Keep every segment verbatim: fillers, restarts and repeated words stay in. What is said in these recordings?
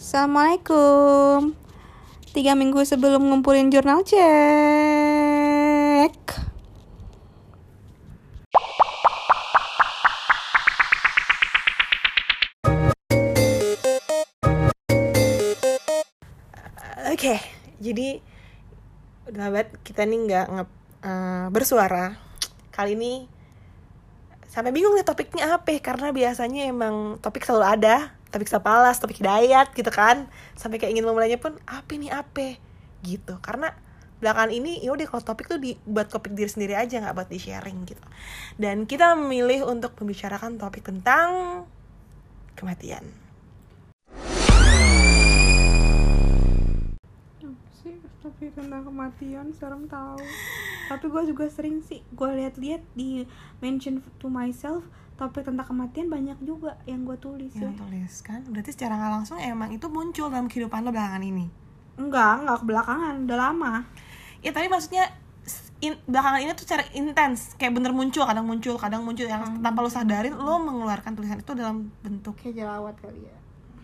Assalamualaikum. Tiga minggu sebelum ngumpulin jurnal cek. Oke, okay, jadi udah banget kita nih nggak nge- uh, bersuara. Kali ini sampai bingung nih topiknya apa, karena biasanya emang topik selalu ada. Topik sepalas, topik diet gitu kan. Sampai kayak ingin memulainya pun apa nih apa gitu. Karena belakangan ini ya udah kalau topik tuh dibuat topik diri sendiri aja, nggak buat di sharing gitu. Dan kita memilih untuk membicarakan topik tentang kematian. Apa sih topik tentang kematian, serem tahu. Tapi gue juga sering sih gue lihat-lihat di mention to myself, topik tentang kematian banyak juga yang gue tulis. Yang ya. Tulis kan, berarti secara nggak langsung emang itu muncul dalam kehidupan lo belakangan ini? Enggak, enggak belakangan, udah lama. Ya tapi maksudnya in, belakangan ini tuh secara intens, kayak bener muncul, kadang muncul, kadang muncul yang hmm. tanpa lo sadarin lo mengeluarkan tulisan itu dalam bentuk kayak jerawat kali ya?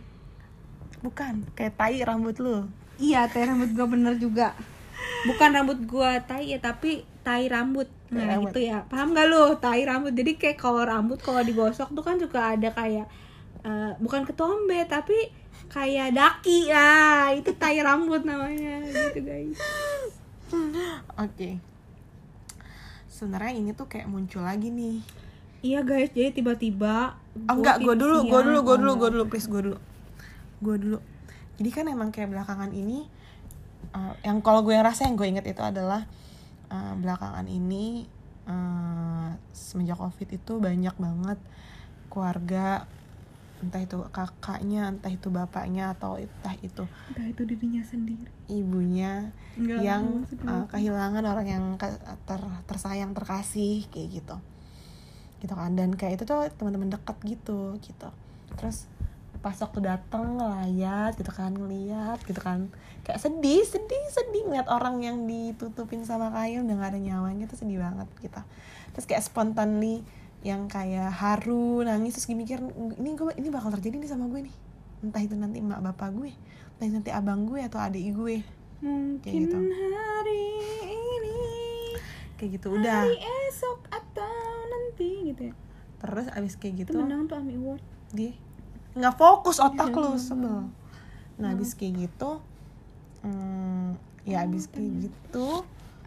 Bukan, kayak tai rambut lo. Iya, tai rambut gue bener juga. Bukan rambut gue tai ya, tapi tai rambut. Nah rambut. Itu ya, paham gak lo? Tai rambut. Jadi kayak kalau rambut kalau digosok tuh kan juga ada kayak uh, bukan ketombe tapi kayak daki. Ah, itu tai rambut namanya gitu guys. Oke. Okay. Sebenarnya ini tuh kayak muncul lagi nih. Iya guys, jadi tiba-tiba oh, enggak, gue dulu, gue dulu, gue dulu, gue dulu, please gue dulu. Gue dulu. Jadi kan emang kayak belakangan ini uh, yang kalau gue yang rasa yang gue inget itu adalah uh, belakangan ini uh, semenjak COVID itu banyak banget keluarga, entah itu kakaknya, entah itu bapaknya, atau entah itu entah itu dirinya sendiri, ibunya enggak, yang uh, kehilangan orang yang ter, tersayang, terkasih kayak gitu gitu kan. Dan kayak itu tuh teman-teman dekat gitu gitu terus pas waktu dateng ngelayat gitu kan, ngeliat gitu kan, kayak sedih sedih sedih ngeliat orang yang ditutupin sama kain udah gak ada nyawanya, tuh sedih banget gitu. Terus kayak spontan nih yang kayak haru, nangis, terus mikir ini gue ini bakal terjadi nih sama gue nih, entah itu nanti emak bapak gue, entah itu nanti abang gue atau adik gue, mungkin kayak gitu. Hari ini kayak gitu udah, hari esok atau nanti gitu ya. Terus abis kayak gitu itu menang tuh Ami Award, dia nggak fokus otak lu, sebel. Nah abis kayak gitu hmm, ya abis kayak gitu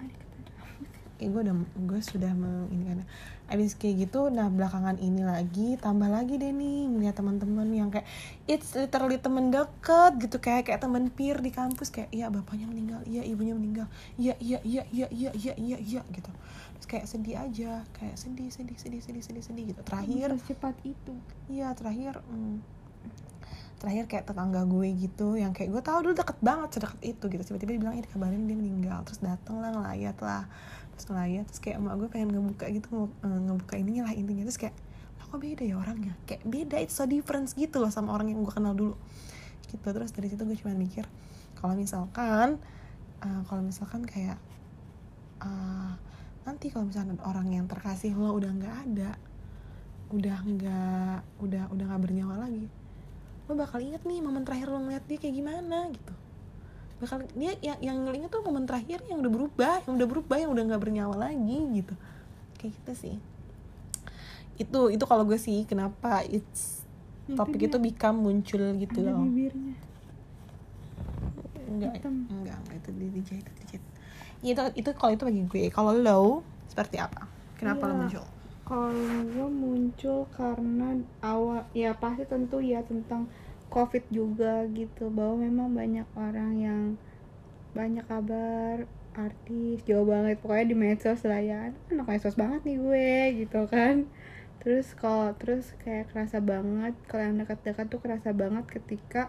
eh gue udah gue sudah menginginkan abis kayak gitu. Nah belakangan ini lagi tambah lagi deh nih ngeliat teman-teman yang kayak it's literally temen deket gitu, kayak kayak temen peer di kampus, kayak iya bapaknya meninggal, iya ibunya meninggal, iya iya iya iya iya iya iya iya gitu. Terus kayak sedih aja, kayak sedih sedih sedih sedih sedih sedih gitu. Terakhir secepat itu iya terakhir hmm, terakhir kayak tetangga gue gitu yang kayak gue tahu dulu deket banget, sedekat itu gitu, tiba-tiba dia bilang ini dikabarin dia meninggal. Terus dateng lah, ngelayat lah, terus ngelayat, terus kayak emak gue pengen ngebuka gitu, ngebuka ininya lah intinya. Terus kayak kok beda ya orangnya, kayak beda, it's so different gitu loh sama orang yang gue kenal dulu gitu. Terus dari situ gue cuma mikir kalau misalkan uh, kalau misalkan kayak uh, nanti kalau misalkan orang yang terkasih lo udah nggak ada, udah nggak udah udah nggak bernyawa lagi, lo bakal inget nih momen terakhir lo ngeliat dia kayak gimana gitu. Bakal dia yang yang ngeliat tuh momen terakhir yang udah berubah, yang udah berubah, yang udah nggak bernyawa lagi gitu. Kayak gitu sih. Itu itu kalau gue sih kenapa it's topik itu, itu become muncul gitu ada loh. Bibirnya. Enggak, enggak, enggak itu dijahit, dijahit. Itu itu kalau itu bagi gue. Kalau lo seperti apa? Kenapa ya, lo muncul? Kalau gue muncul karena awal ya pasti tentu ya tentang COVID juga gitu, bahwa memang banyak orang yang banyak kabar artis jauh banget pokoknya di medsos lah ya, anak medsos banget nih gue gitu kan. Terus kalau terus kayak kerasa banget kalau yang dekat-dekat tuh kerasa banget ketika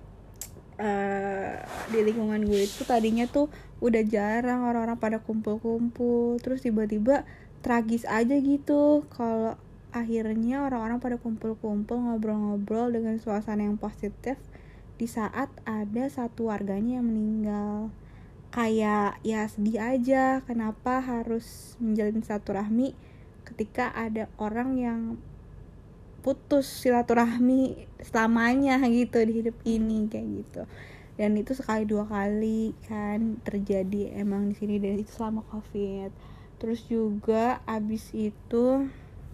uh, di lingkungan gue itu tadinya tuh udah jarang orang-orang pada kumpul-kumpul, terus tiba-tiba tragis aja gitu kalau akhirnya orang-orang pada kumpul-kumpul ngobrol-ngobrol dengan suasana yang positif di saat ada satu warganya yang meninggal. Kayak ya sedih aja, kenapa harus menjalin silaturahmi ketika ada orang yang putus silaturahmi selamanya gitu di hidup ini kayak gitu. Dan itu sekali dua kali kan terjadi emang di sini, dan itu selama covid. Terus juga abis itu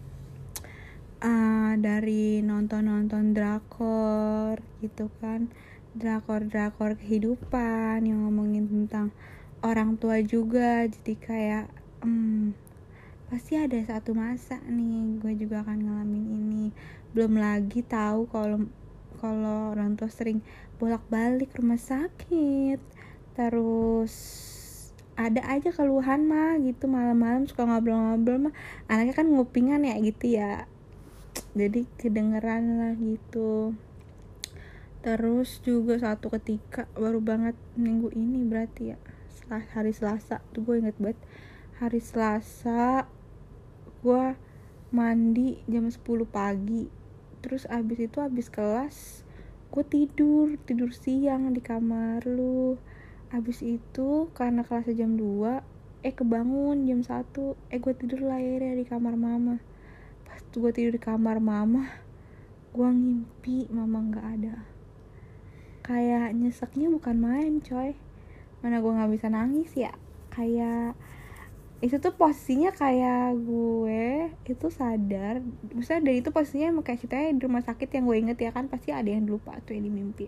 uh, dari nonton-nonton drakor gitu kan, drakor-drakor kehidupan yang ngomongin tentang orang tua juga. Jadi kayak hmm, pasti ada satu masa nih gue juga akan ngalamin ini. Belum lagi tahu kalau kalau orang tua sering bolak-balik rumah sakit, terus ada aja keluhan mah gitu, malam-malam suka ngobrol-ngobrol mah, anaknya kan ngupingan ya gitu ya, jadi kedengeran lah gitu. Terus juga satu ketika baru banget minggu ini berarti ya, hari Selasa tuh gue inget banget, hari Selasa gue mandi jam sepuluh pagi, terus abis itu abis kelas gue tidur tidur siang di kamar lu. Abis itu karena kelasnya jam dua, eh kebangun jam satu, eh gue tidur lah ya di kamar mama. Pas gue tidur di kamar mama, gue ngimpi mama nggak ada. Kayak nyeseknya bukan main coy, mana gue nggak bisa nangis ya. Kayak itu tuh posisinya kayak gue itu sadar, maksudnya dari itu posisinya emang kayak ceritanya di rumah sakit yang gue inget ya kan, pasti ada yang lupa tuh yang di mimpi.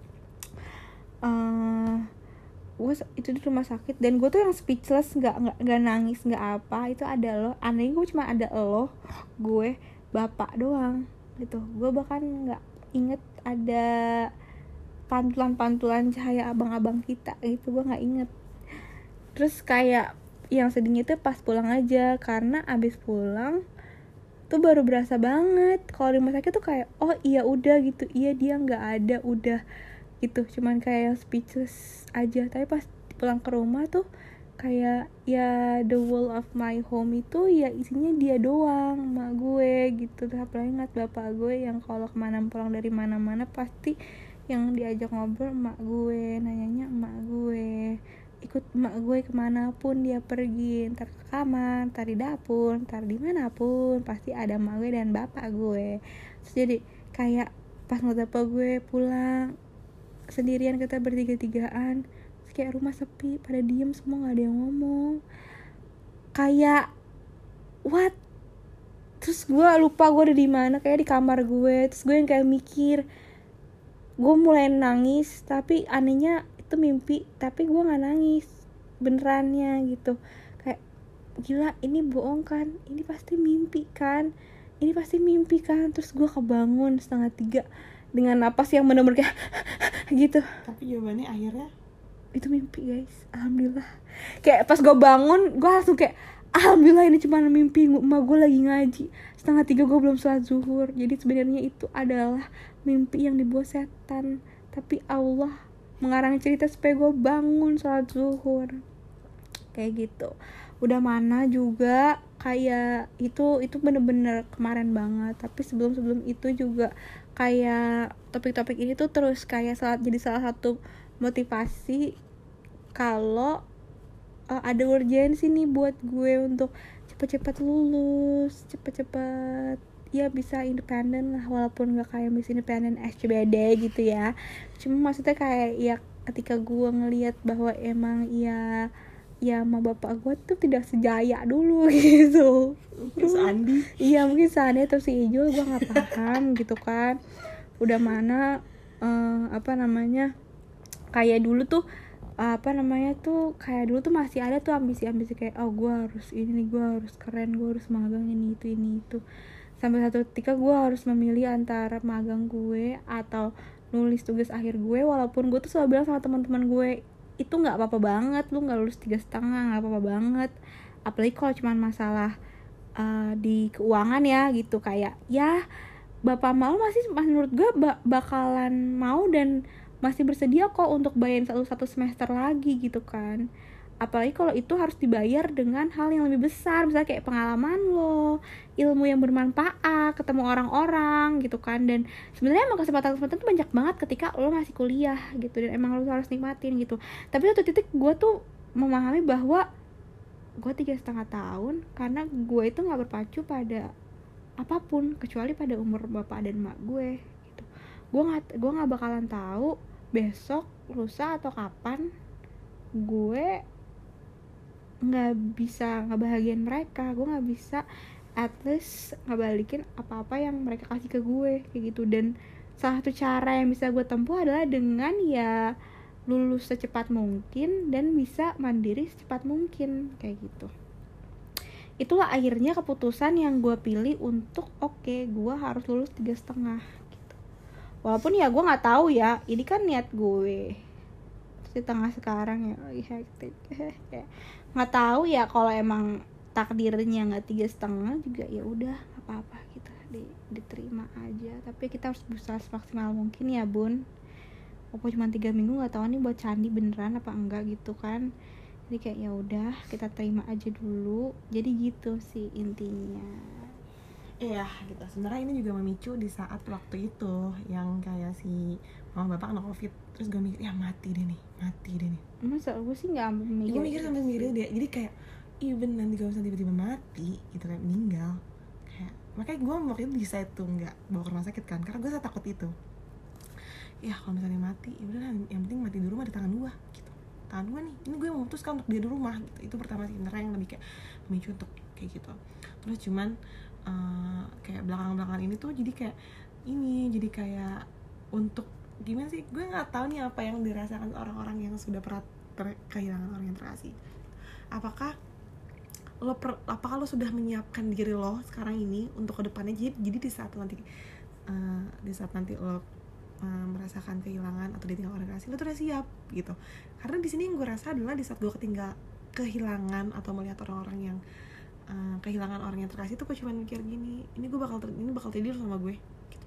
Uh, gue itu di rumah sakit dan gue tuh yang speechless, nggak nggak nggak nangis nggak apa, itu ada lo, aneh gue cuma ada lo, gue, bapak doang gitu. Gue bahkan nggak inget ada pantulan-pantulan cahaya abang-abang kita gitu, gue nggak inget. Terus kayak yang sedihnya itu pas pulang aja, karena abis pulang tuh baru berasa banget kalau di rumah sakit tuh kayak oh iya udah gitu, iya dia nggak ada udah gitu, cuman kayak speechless aja. Tapi pas pulang ke rumah tuh kayak ya the wall of my home itu ya isinya dia doang, emak gue gitu. Tapi ingat bapak gue yang kalau kemana pulang dari mana-mana pasti yang diajak ngobrol emak gue, nanyanya emak gue, ikut emak gue kemanapun dia pergi, ntar ke kamar, ntar di dapur, ntar dimanapun pasti ada emak gue dan bapak gue. Terus jadi kayak pas ngeliat bapak gue pulang sendirian, kita bertiga-tigaan, terus kayak rumah sepi, pada diem semua, nggak ada yang ngomong, kayak what. Terus gue lupa gue ada di mana, kayak di kamar gue. Terus gue yang kayak mikir, gue mulai nangis, tapi anehnya itu mimpi, tapi gue nggak nangis benerannya gitu. Kayak gila, ini bohong kan, ini pasti mimpi kan, ini pasti mimpi kan. Terus gue kebangun setengah tiga dengan napas yang bener-bener kayak gitu. Tapi jawabannya akhirnya itu mimpi guys, alhamdulillah. Kayak pas gue bangun gue langsung kayak alhamdulillah ini cuma mimpi, emak gue lagi ngaji. Setengah tiga gue belum sholat zuhur, jadi sebenarnya itu adalah mimpi yang dibuat setan, tapi Allah mengarang cerita supaya gue bangun sholat zuhur kayak gitu. Udah mana juga kayak itu itu bener-bener kemarin banget. Tapi sebelum-sebelum itu juga kayak topik-topik ini tuh terus kayak saat jadi salah satu motivasi kalau uh, ada urgensi nih buat gue untuk cepet-cepet lulus, cepet-cepet ya bisa independen lah, walaupun gak kayak Miss Independent S C B D gitu ya. Cuma maksudnya kayak ya ketika gue ngelihat bahwa emang ya ya sama bapak gue tuh tidak sejaya dulu gitu. Terus Andi iya mungkin Sandi atau si Ijul gue nggak paham gitu kan. Udah mana uh, apa namanya kayak dulu tuh uh, apa namanya tuh kayak dulu tuh masih ada tuh ambisi-ambisi kayak oh gue harus ini nih, gue harus keren, gue harus magang ini itu ini itu. Sampai satu ketika gue harus memilih antara magang gue atau nulis tugas akhir gue, walaupun gue tuh selalu bilang sama teman-teman gue itu nggak apa-apa banget, lu nggak lulus tiga setengah nggak apa-apa banget, apalagi kalau cuma masalah uh, di keuangan ya gitu. Kayak ya bapak mau masih menurut gue bakalan mau dan masih bersedia kok untuk bayarin satu satu semester lagi gitu kan. Apalagi kalau itu harus dibayar dengan hal yang lebih besar, misalnya kayak pengalaman lo, ilmu yang bermanfaat, ketemu orang-orang gitu kan. Dan sebenarnya emang kesempatan-kesempatan tuh banyak banget ketika lo masih kuliah gitu, dan emang lo harus nikmatin gitu. Tapi satu titik gue tuh memahami bahwa gue tiga setengah tahun karena gue itu nggak berpacu pada apapun kecuali pada umur bapak dan emak gue gitu. Gue nggak gue nggak bakalan tahu besok, lusa atau kapan gue nggak bisa ngebahagiain mereka, gue nggak bisa at least ngebalikin apa-apa yang mereka kasih ke gue kayak gitu. Dan salah satu cara yang bisa gue tempuh adalah dengan ya lulus secepat mungkin dan bisa mandiri secepat mungkin kayak gitu. Itulah akhirnya keputusan yang gue pilih untuk oke okay, gue harus lulus tiga setengah gitu. Walaupun ya gue nggak tahu ya, ini kan niat gue di tengah sekarang ya lagi hektik ya nggak tahu ya kalau emang takdirnya nggak tiga setengah juga ya udah nggak apa-apa gitu, di, diterima aja. Tapi kita harus berusaha semaksimal mungkin ya bun. Walaupun cuma tiga minggu nggak tahu nih buat candi beneran apa enggak gitu kan. Jadi kayak ya udah kita terima aja dulu. Jadi gitu sih intinya. Iya gitu. Sebenarnya ini juga memicu di saat waktu itu yang kayak si mama bapak kena covid, terus gue mikir ya mati deh nih, mati deh nih. Masa gue sih nggak mikir. Gue mikir sampai mikir dia. Jadi kayak even nanti kalau misalnya tiba-tiba mati gitu kayak meninggal, kayak makanya gue waktu itu bisa itu nggak bawa ke rumah sakit kan, karena gue takut itu. Ya kalau misalnya mati, ya udah yang penting mati di rumah di tangan gue gitu. Tangan gue nih, ini gue memutuskan untuk dia di rumah gitu. Itu pertama sih sebenarnya yang lebih kayak memicu untuk kayak gitu. Terus cuman uh, kayak belakang-belakangan ini tuh jadi kayak ini jadi kayak untuk gimana sih, gue nggak tahu nih apa yang dirasakan orang-orang yang sudah pernah ter- kehilangan orang yang terkasih. Apakah lo per, apakah lo sudah menyiapkan diri lo sekarang ini untuk kedepannya, jadi jadi di saat nanti uh, di saat nanti lo uh, merasakan kehilangan atau ditinggal orang terkasih, lo tuh udah siap gitu. Karena di sini yang gue rasa adalah di saat gue ketinggal kehilangan atau melihat orang-orang yang uh, kehilangan orang yang terkasih tuh gue cuma mikir gini, ini gue bakal ter- ini bakal tidur sama gue.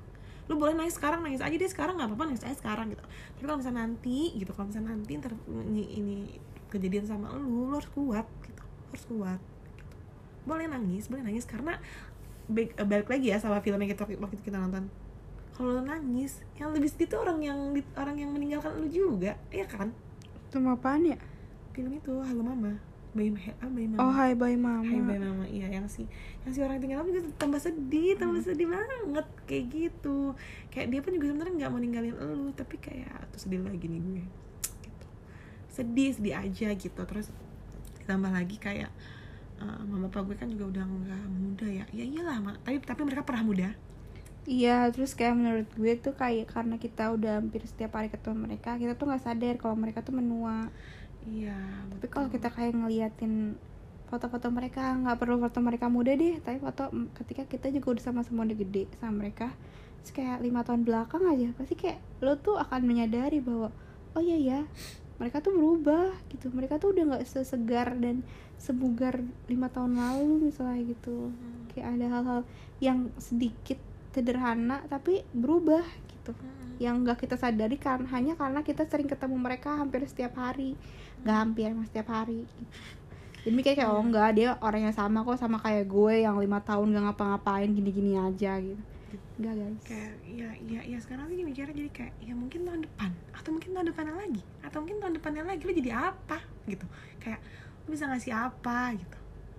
Lu boleh nangis sekarang, nangis aja deh sekarang, nggak apa-apa nangis aja sekarang gitu. Tapi kalau misalnya nanti gitu, kalau misalnya nanti ntar ini, ini kejadian sama lu, lu harus kuat gitu, harus kuat gitu. Boleh nangis, boleh nangis karena balik, balik lagi ya sama film yang kita waktu itu kita nonton. Kalau lu nangis, yang lebih sedih tuh orang yang orang yang meninggalkan lu juga, iya kan? Film apaan ya? Film itu Halo Mama. Bye, ah, bye Mama. Oh Hai Bye Mama. Hai Bye Mama, iya yang si yang si orang tinggal juga tambah sedih, tambah hmm. sedih banget kayak gitu. Kayak dia pun juga sebenarnya nggak mau ninggalin elu, tapi kayak tuh sedih lagi nih gue. Gitu. Sedih sedih aja gitu. Terus ditambah lagi kayak uh, mama bapak gue kan juga udah nggak muda ya. Ya iyalah, tapi tapi mereka pernah muda. Iya, terus kayak menurut gue tuh kayak karena kita udah hampir setiap hari ketemu mereka, kita tuh nggak sadar kalau mereka tuh menua. Iya. Tapi kalau kita kayak ngeliatin foto-foto mereka, nggak perlu foto mereka muda deh, tapi foto ketika kita juga udah sama-sama udah gede sama mereka, terus kayak lima tahun belakang aja, pasti kayak lo tuh akan menyadari bahwa oh iya ya, mereka tuh berubah gitu, mereka tuh udah nggak sesegar dan sebugar lima tahun lalu misalnya gitu. Hmm. Kayak ada hal-hal yang sedikit sederhana tapi berubah gitu, hmm. yang nggak kita sadari kan hanya karena kita sering ketemu mereka hampir setiap hari, nggak hampir emang setiap hari gitu. Jadi kayak kayak oh enggak, dia orang yang sama kok sama kayak gue yang lima tahun gak ngapa-ngapain gini-gini aja gitu. Enggak guys. Kayak ya ya ya sekarang sih mikirnya jadi kayak ya mungkin tahun depan atau mungkin tahun depannya lagi atau mungkin tahun depannya lagi lo jadi apa gitu. Kayak lo bisa ngasih apa gitu.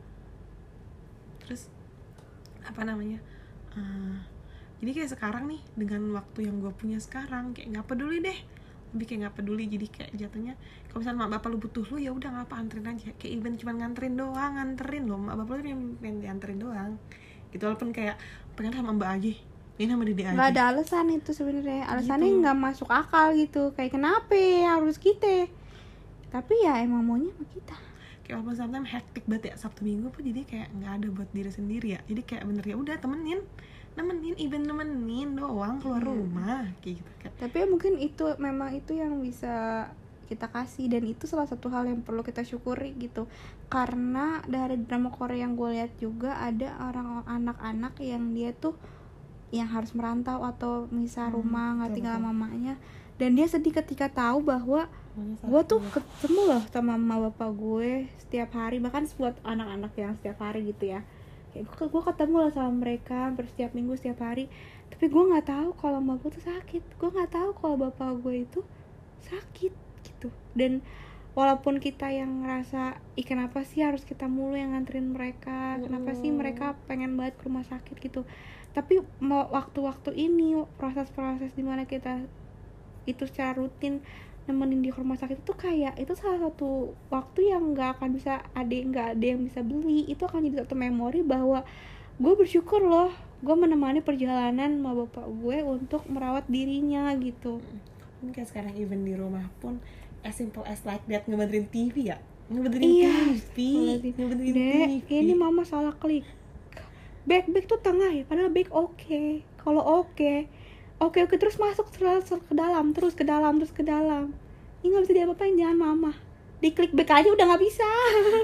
Terus apa namanya? Uh, jadi kayak sekarang nih dengan waktu yang gue punya sekarang kayak nggak peduli deh, lebih kayak nggak peduli. Jadi kayak jatuhnya kalau misalnya mak bapak lu butuh lu ya udah nggak apa, anterin aja. Kayak even cuma nganterin doang, nganterin lo, mak bapak lu pengen, pengen dianterin doang gitu. Walaupun kayak pengen sama mbak aja, pengen sama dede aja, nggak ada alasan itu sebenarnya, alasannya nggak gitu. Masuk akal gitu, kayak kenapa harus kita, tapi ya emang maunya sama kita. Kayak walaupun sometimes hektik banget ya Sabtu Minggu pun, jadi kayak nggak ada buat diri sendiri ya. Jadi kayak bener ya udah temenin nemenin even nemenin doang keluar hmm. rumah kayak gitu kan. Tapi ya mungkin itu memang itu yang bisa kita kasih, dan itu salah satu hal yang perlu kita syukuri gitu. Karena dari drama Korea yang gue lihat juga ada orang anak-anak yang dia tuh yang harus merantau atau misah hmm, rumah nggak tinggal sama mamanya, dan dia sedih ketika tahu bahwa gue tuh ketemu loh sama mama bapak gue setiap hari, bahkan buat anak-anak yang setiap hari gitu ya, kayak gue, gue ketemu loh sama mereka hampir setiap minggu setiap hari, tapi gue nggak tahu kalau mama gue tuh sakit, gue nggak tahu kalau bapak gue itu sakit gitu. Dan walaupun kita yang ngerasa ih kenapa sih harus kita mulu yang nganterin mereka, kenapa sih mereka pengen banget ke rumah sakit gitu, tapi mau waktu-waktu ini proses-proses dimana kita itu secara rutin nemenin di rumah sakit itu kayak itu salah satu waktu yang nggak akan bisa ada nggak ada yang bisa beli. Itu akan jadi satu memori bahwa gue bersyukur loh gue menemani perjalanan sama bapak gue untuk merawat dirinya gitu. Mungkin kayak sekarang even di rumah pun as simple as like that ngebenerin T V ya, ngebenerin iya, T V, ngebenerin Dek, T V. ini mama salah klik. Back back tuh tengah ya, padahal back oke. Okay. Kalau oke, okay, oke okay, oke okay, terus masuk terus ke dalam, terus ke dalam, terus ke dalam. Ini nggak bisa diapa-apain, jangan mama. Diklik back aja udah nggak bisa.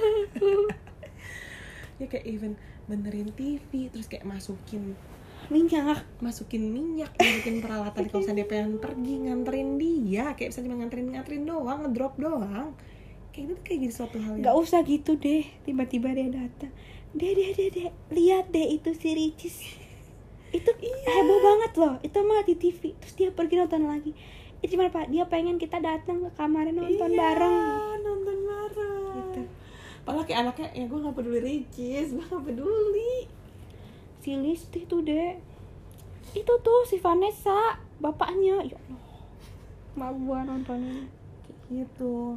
Ya kayak even benerin T V, terus kayak masukin minyak, masukin minyak, masukin peralatan kalau misalnya dia pengen pergi nganterin dia, kayak bisa cuma nganterin nganterin doang, ngedrop doang. Kayak gitu kayak gitu suatu hal yang nggak usah gitu deh. Tiba-tiba dia datang. Deh deh deh deh, lihat deh itu si Ricis. Itu iya. Heboh banget loh. Itu mah di T V. Terus dia pergi nonton lagi. Itu gimana Pak? Dia pengen kita datang ke kamarnya nonton iya, bareng. nonton bareng. Gitu. Padahal kayak anaknya, ya gue nggak peduli Ricis, gue nggak peduli. Si Listi tuh deh. Itu tuh si Vanessa, bapaknya. Ya Allah. Mak gua nontonin Gitu.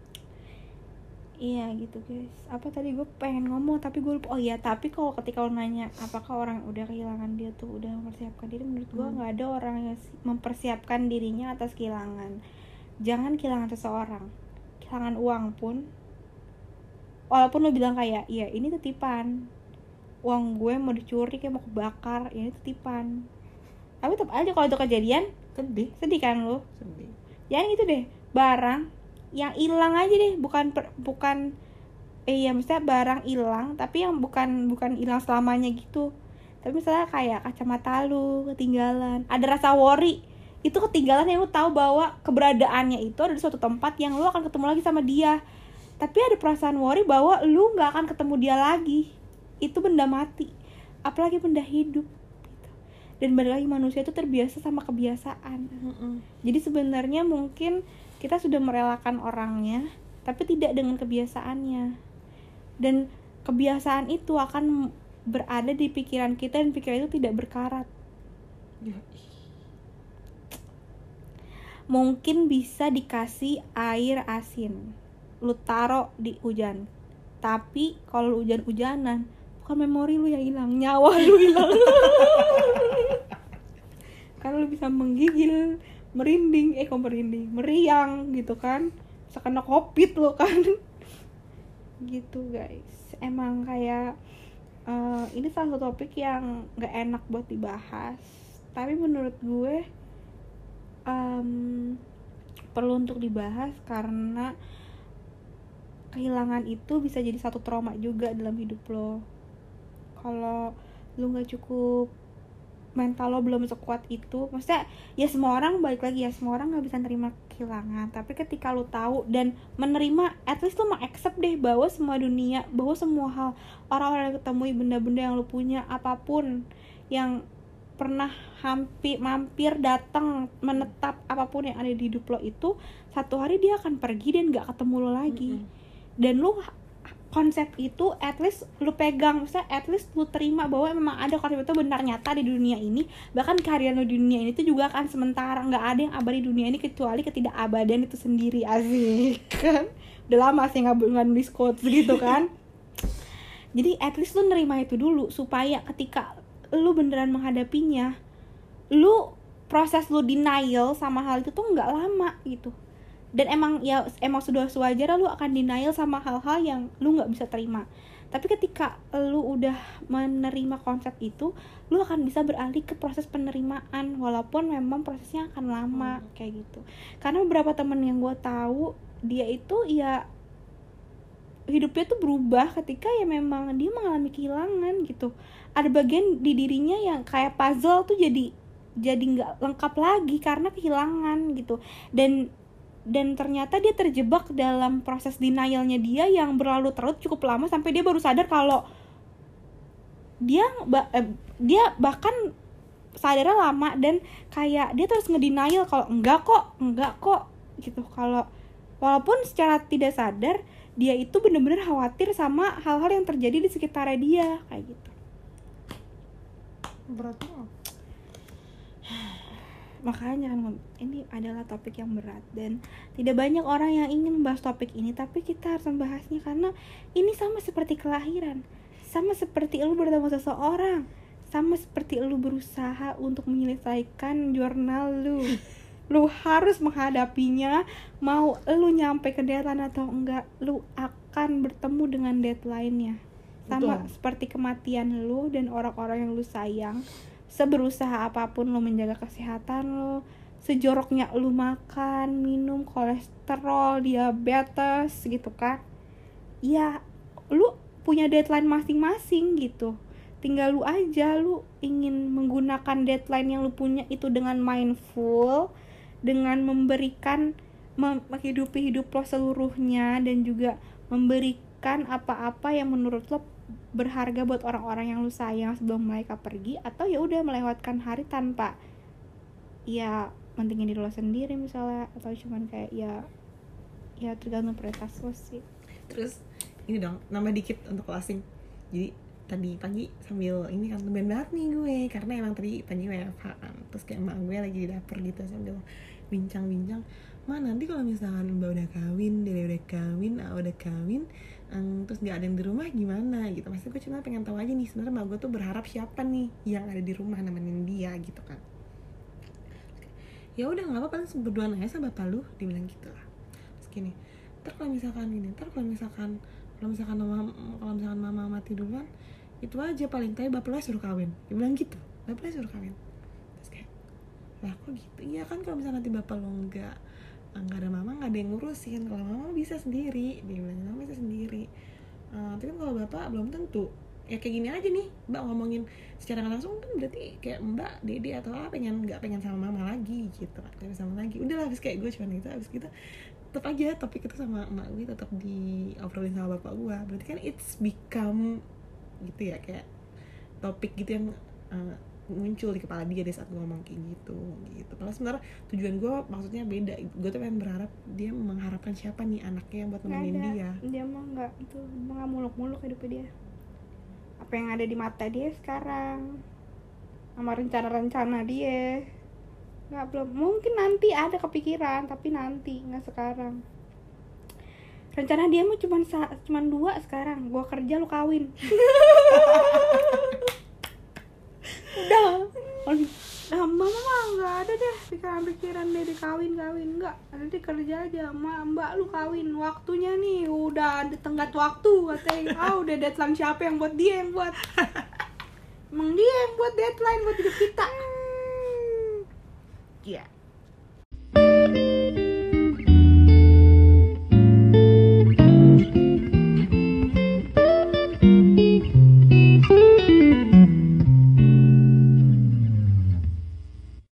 Iya gitu guys. Apa tadi gue pengen ngomong tapi gue lupa. Oh iya, tapi kalau ketika lo nanya apakah orang udah kehilangan dia tuh udah mempersiapkan diri, menurut gue nggak hmm. ada orang yang mempersiapkan dirinya atas kehilangan. Jangan kehilangan seseorang, kehilangan uang pun, walaupun lo bilang kayak iya ini titipan, uang gue mau dicuri kayak mau kebakar, ya ini titipan, tapi tetap aja kalau itu kejadian sedih sedih kan lo. sedih Jangan gitu deh, barang yang hilang aja deh, bukan per, bukan eh ya misalnya barang hilang tapi yang bukan bukan hilang selamanya gitu. Tapi misalnya kayak kacamata lu ketinggalan, ada rasa worry. Itu ketinggalan yang lu tahu bahwa keberadaannya itu ada di suatu tempat yang lu akan ketemu lagi sama dia. Tapi ada perasaan worry bahwa lu enggak akan ketemu dia lagi. Itu benda mati, apalagi benda hidup gitu. Dan balik lagi manusia itu terbiasa sama kebiasaan. Mm-mm. Jadi sebenarnya mungkin kita sudah merelakan orangnya, tapi tidak dengan kebiasaannya. Dan kebiasaan itu akan berada di pikiran kita dan pikiran itu tidak berkarat. Mungkin bisa dikasih air asin, lu taruh di hujan. Tapi kalau lu hujan-hujanan, bukan memori lu yang hilang, nyawa lu hilang. Karena lu bisa menggigil, merinding, eh kok merinding, meriang gitu kan, bisa kena covid lo kan. Gitu guys, emang kayak uh, ini salah satu topik yang gak enak buat dibahas, tapi menurut gue um, perlu untuk dibahas karena kehilangan itu bisa jadi satu trauma juga dalam hidup lo. Kalau lo gak cukup mental lo belum sekuat itu, maksudnya ya semua orang balik lagi ya semua orang nggak bisa nerima kehilangan, tapi ketika lo tahu dan menerima, at least lo mengaccept deh bahwa semua dunia, bahwa semua hal, orang-orang yang ketemui, benda-benda yang lo punya, apapun yang pernah hampir mampir datang menetap, apapun yang ada di hidup lo itu satu hari dia akan pergi dan nggak ketemu lo lagi. Mm-hmm. Dan lo konsep itu at least lu pegang, maksudnya at least lu terima bahwa memang ada konsep itu benar nyata di dunia ini. Bahkan kehadiran lu di dunia ini tuh juga akan sementara, nggak ada yang abadi di dunia ini kecuali ketidakabadian itu sendiri. Asik kan, udah lama sih nggak nggak nulis quotes gitu kan. Jadi at least lu nerima itu dulu supaya ketika lu beneran menghadapinya, lu proses lu denial sama hal itu tuh nggak lama gitu. Dan emang ya emang sudah sewajarnya lu akan denial sama hal-hal yang lu nggak bisa terima. Tapi ketika lu udah menerima konsep itu, lu akan bisa beralih ke proses penerimaan walaupun memang prosesnya akan lama. hmm. Kayak gitu. Karena beberapa temen yang gue tahu, dia itu ya hidupnya tuh berubah ketika ya memang dia mengalami kehilangan gitu. Ada bagian di dirinya yang kayak puzzle tuh jadi jadi nggak lengkap lagi karena kehilangan gitu. Dan dan ternyata dia terjebak dalam proses denialnya dia yang berlalu terus cukup lama sampai dia baru sadar kalau dia eh, dia bahkan sadarnya lama dan kayak dia terus ngedenial kalau enggak kok enggak kok gitu, kalau walaupun secara tidak sadar dia itu benar-benar khawatir sama hal-hal yang terjadi di sekitarnya dia kayak gitu. Berat banget. Makanya kan ini adalah topik yang berat dan tidak banyak orang yang ingin membahas topik ini, tapi kita harus membahasnya karena ini sama seperti kelahiran, sama seperti lu bertemu seseorang, sama seperti lu berusaha untuk menyelesaikan jurnal lu. Lu harus menghadapinya, mau lu nyampe ke deadline atau enggak, lu akan bertemu dengan deadline-nya. Sama Betul. Seperti kematian lu dan orang-orang yang lu sayang. Seberusaha apapun lu menjaga kesehatan lu, sejoroknya lu makan, minum, kolesterol, diabetes gitu kan, ya lu punya deadline masing-masing gitu. Tinggal lu aja lu ingin menggunakan deadline yang lu punya itu dengan mindful, dengan memberikan menghidupi hidup lo seluruhnya, dan juga memberikan apa-apa yang menurut lo berharga buat orang-orang yang lu sayang sebelum mereka pergi, atau ya udah melewatkan hari tanpa ya mentingin diri lo sendiri misalnya, atau cuman kayak ya ya tergantung prioritas lo sih. Terus ini dong, nambah dikit untuk closing. Jadi tadi pagi sambil ini kan tumben banget nih gue, karena emang tadi pagi W F H kan, terus kayak emak gue lagi di dapur gitu sambil bincang-bincang, "Ma, nanti kalau misalkan Mbak udah kawin, Dede udah kawin, A udah kawin, um, terus nggak ada yang di rumah gimana?" gitu. Maksudnya gue cuma pengen tahu aja nih sebenarnya Mbak gue tuh berharap siapa nih yang ada di rumah nemenin dia gitu kan. Ya udah nggak apa-apa, langsung berduaan aja sama bapak lu, dibilang gitu lah. Terus gini, ntar kalau misalkan ini, ntar kalau misalkan kalau misalkan mama kalau misalkan mama mati duluan, itu aja paling tapi bapak lu suruh kawin, dibilang gitu. Bapak lu suruh kawin. Terus kayak, lah kok gitu? Iya kan kalau misalkan nanti bapak lu nggak nggak ada mama, nggak ada yang ngurusin. Kalau mama bisa sendiri, dia bilang mama bisa sendiri. Uh, tapi kan kalau bapak belum tentu. Ya kayak gini aja nih, Mbak ngomongin secara langsung kan berarti kayak Mbak, Dede atau apa pengen nggak pengen sama mama lagi gitu kan, pengen sama lagi. Udah lah, habis kayak gue cuman gitu, habis gitu tetap aja topik itu sama emak gue tetap diobrolin sama bapak gue. Berarti kan it's become gitu ya, kayak topik gitu yang uh, muncul di kepala dia deh saat gue ngomong kayak gitu gitu. Padahal sebenarnya tujuan gue maksudnya beda. Gue tuh pengen berharap dia mengharapkan siapa nih anaknya yang buat nemenin dia. Dia mah nggak itu, nggak muluk-muluk hidupnya dia. Apa yang ada di mata dia sekarang sama rencana-rencana dia nggak, belum, mungkin nanti ada kepikiran tapi nanti, nggak sekarang. Rencana dia mah cuma cuma dua sekarang, gua kerja lu kawin. Udah, nah mama mah nggak ada deh pikiran-pikiran dia di kawin-kawin, nggak ada, dia kerja aja. Ma, mbak lu kawin, waktunya nih udah ada tenggat waktu katanya. Ah udah deadline, siapa yang buat? Dia yang buat. Emang dia yang buat deadline buat hidup kita. Iya. Yeah.